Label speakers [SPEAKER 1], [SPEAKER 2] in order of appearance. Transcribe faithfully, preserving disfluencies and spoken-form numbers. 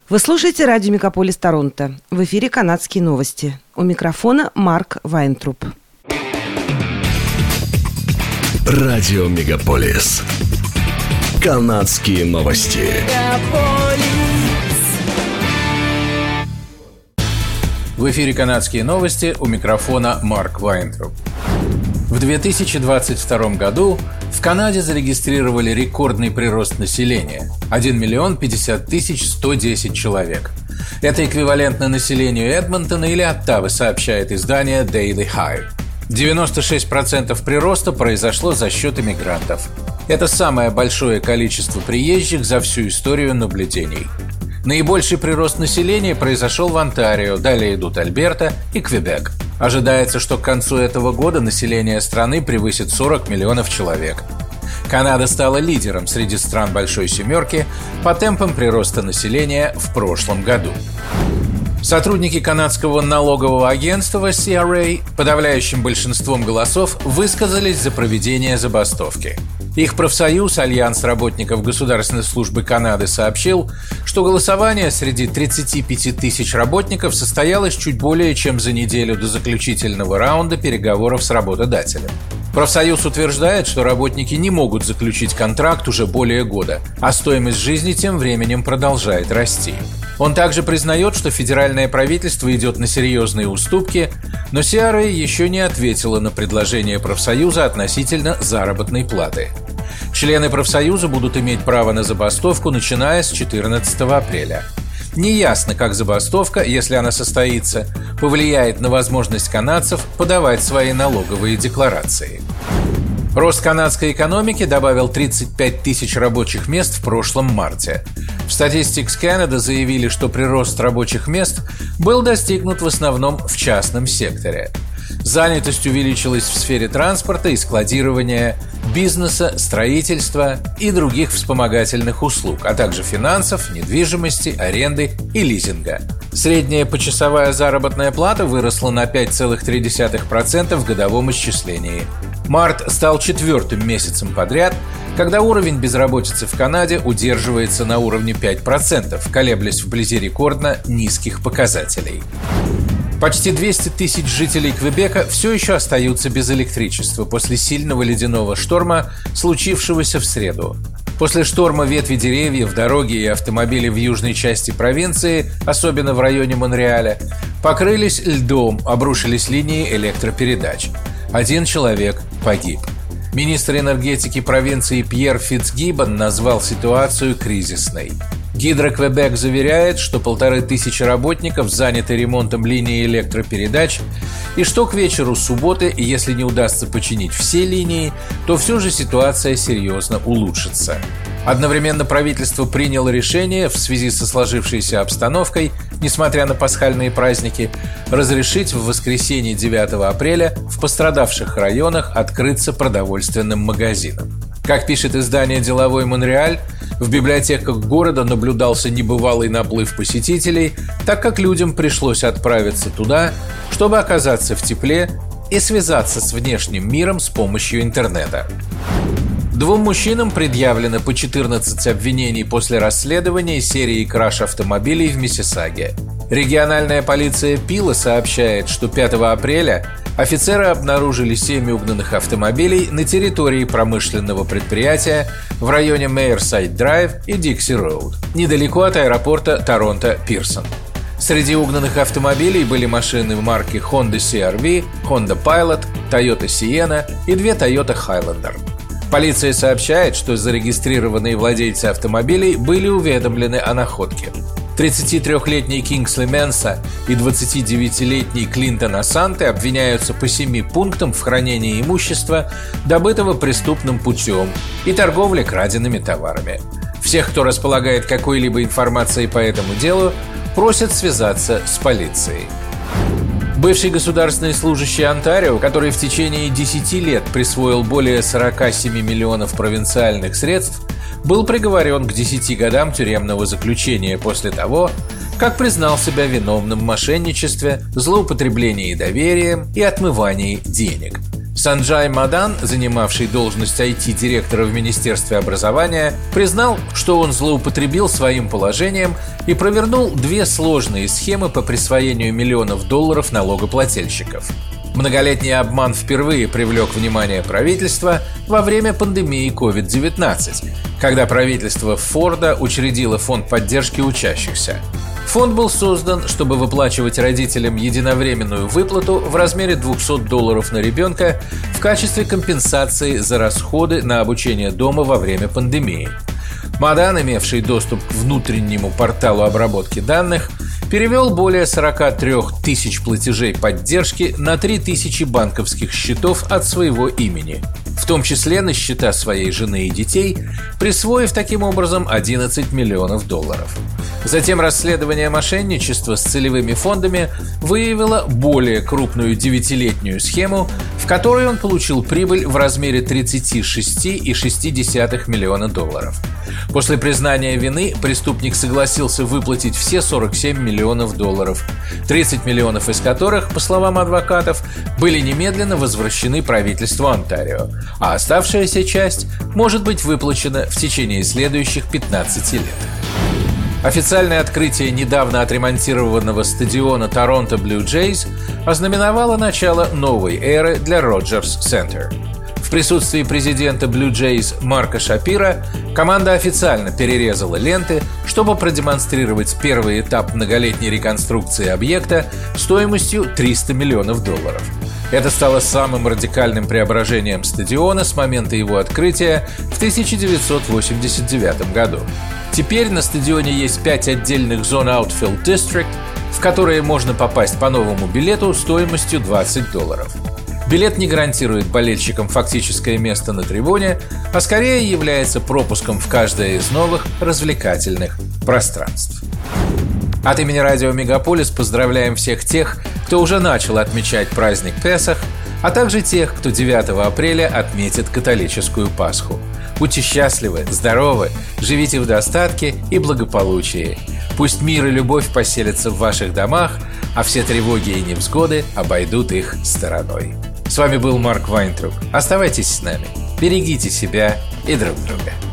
[SPEAKER 1] Вы слушаете радио Мегаполис Торонто. В эфире канадские новости. У микрофона Марк Вайнтруп.
[SPEAKER 2] Радио Мегаполис. Канадские новости.
[SPEAKER 3] В эфире канадские новости. У микрофона Марк Вайнтруп. В две тысячи двадцать втором году в Канаде зарегистрировали рекордный прирост населения – один миллион пятьдесят тысяч сто десять человек. Это эквивалентно населению Эдмонтона или Оттавы, сообщает издание Daily Hive. девяносто шесть процентов прироста произошло за счет иммигрантов. Это самое большое количество приезжих за всю историю наблюдений. Наибольший прирост населения произошел в Онтарио, далее идут Альберта и Квебек. Ожидается, что к концу этого года население страны превысит сорок миллионов человек. Канада стала лидером среди стран Большой Семерки по темпам прироста населения в прошлом году. Сотрудники канадского налогового агентства си ар эй подавляющим большинством голосов высказались за проведение забастовки. Их профсоюз «Альянс работников Государственной службы Канады» сообщил, что голосование среди тридцати пяти тысяч работников состоялось чуть более чем за неделю до заключительного раунда переговоров с работодателем. Профсоюз утверждает, что работники не могут заключить контракт уже более года, а стоимость жизни тем временем продолжает расти. Он также признает, что федеральное правительство идет на серьезные уступки, но си ар эй еще не ответила на предложение профсоюза относительно заработной платы. Члены профсоюза будут иметь право на забастовку, начиная с четырнадцатого апреля. Неясно, как забастовка, если она состоится, повлияет на возможность канадцев подавать свои налоговые декларации. Рост канадской экономики добавил тридцать пять тысяч рабочих мест в прошлом марте. В Statistics Canada заявили, что прирост рабочих мест был достигнут в основном в частном секторе. Занятость увеличилась в сфере транспорта и складирования, бизнеса, строительства и других вспомогательных услуг, а также финансов, недвижимости, аренды и лизинга. Средняя почасовая заработная плата выросла на пять целых три десятых процента в годовом исчислении. Март стал четвертым месяцем подряд, когда уровень безработицы в Канаде удерживается на уровне пять процентов, колеблясь вблизи рекордно низких показателей. Почти двести тысяч жителей Квебека все еще остаются без электричества после сильного ледяного шторма, случившегося в среду. После шторма ветви деревьев, дороги и автомобили в южной части провинции, особенно в районе Монреаля, покрылись льдом, обрушились линии электропередач. Один человек погиб. Министр энергетики провинции Пьер Фицгиббон назвал ситуацию кризисной. Гидро-Квебек заверяет, что полторы тысячи работников заняты ремонтом линии электропередач и что к вечеру субботы, если не удастся починить все линии, то все же ситуация серьезно улучшится. Одновременно правительство приняло решение в связи со сложившейся обстановкой, несмотря на пасхальные праздники, разрешить в воскресенье девятого апреля в пострадавших районах открыться продовольственным магазинам. Как пишет издание «Деловой Монреаль», в библиотеках города наблюдался небывалый наплыв посетителей, так как людям пришлось отправиться туда, чтобы оказаться в тепле и связаться с внешним миром с помощью интернета. Двум мужчинам предъявлено по четырнадцать обвинений после расследования серии краш автомобилей в Миссисаге. Региональная полиция Пила сообщает, что пятого апреля офицеры обнаружили семь угнанных автомобилей на территории промышленного предприятия в районе Мейерсайд-Драйв и Дикси-Роуд, недалеко от аэропорта Торонто-Пирсон. Среди угнанных автомобилей были машины марки Honda си ар ви, Honda Pilot, Toyota Sienna и две Toyota Highlander. Полиция сообщает, что зарегистрированные владельцы автомобилей были уведомлены о находке. тридцатитрёхлетний Кингсли Менса и двадцатидевятилетний Клинтон Асанте обвиняются по семи пунктам в хранении имущества, добытого преступным путем, и торговле краденными товарами. Всех, кто располагает какой-либо информацией по этому делу, просят связаться с полицией. Бывший государственный служащий Онтарио, который в течение десяти лет присвоил более сорока семи миллионов провинциальных средств, был приговорен к десяти годам тюремного заключения после того, как признал себя виновным в мошенничестве, злоупотреблении доверием и отмывании денег. Санджай Мадан, занимавший должность ай ти-директора в Министерстве образования, признал, что он злоупотребил своим положением и провернул две сложные схемы по присвоению миллионов долларов налогоплательщиков. Многолетний обман впервые привлек внимание правительства во время пандемии ковид девятнадцать, когда правительство Форда учредило фонд поддержки учащихся. Фонд был создан, чтобы выплачивать родителям единовременную выплату в размере двести долларов на ребенка в качестве компенсации за расходы на обучение дома во время пандемии. Мадан, имевший доступ к внутреннему порталу обработки данных, перевел более сорок три тысяч платежей поддержки на три тысячи банковских счетов от своего имени, в том числе на счета своей жены и детей, присвоив таким образом одиннадцать миллионов долларов. Затем расследование мошенничества с целевыми фондами выявило более крупную девятилетнюю схему, в которой он получил прибыль в размере тридцать шесть целых шесть десятых миллиона долларов. После признания вины преступник согласился выплатить все сорок семь миллионов долларов, тридцать миллионов из которых, по словам адвокатов, были немедленно возвращены правительству Онтарио, а оставшаяся часть может быть выплачена в течение следующих пятнадцати лет. Официальное открытие недавно отремонтированного стадиона Торонто Блю Джейз ознаменовало начало новой эры для Роджерс Центр. В присутствии президента Блю Джейз Марка Шапира команда официально перерезала ленты, чтобы продемонстрировать первый этап многолетней реконструкции объекта стоимостью триста миллионов долларов. Это стало самым радикальным преображением стадиона с момента его открытия в тысяча девятьсот восемьдесят девятом году. Теперь на стадионе есть пять отдельных зон Outfield District, в которые можно попасть по новому билету стоимостью двадцать долларов. Билет не гарантирует болельщикам фактическое место на трибуне, а скорее является пропуском в каждое из новых развлекательных пространств. От имени радио Мегаполис поздравляем всех тех, кто уже начал отмечать праздник Песах, а также тех, кто девятого апреля отметит католическую Пасху. Будьте счастливы, здоровы, живите в достатке и благополучии. Пусть мир и любовь поселятся в ваших домах, а все тревоги и невзгоды обойдут их стороной. С вами был Марк Вайнтруп. Оставайтесь с нами, берегите себя и друг друга.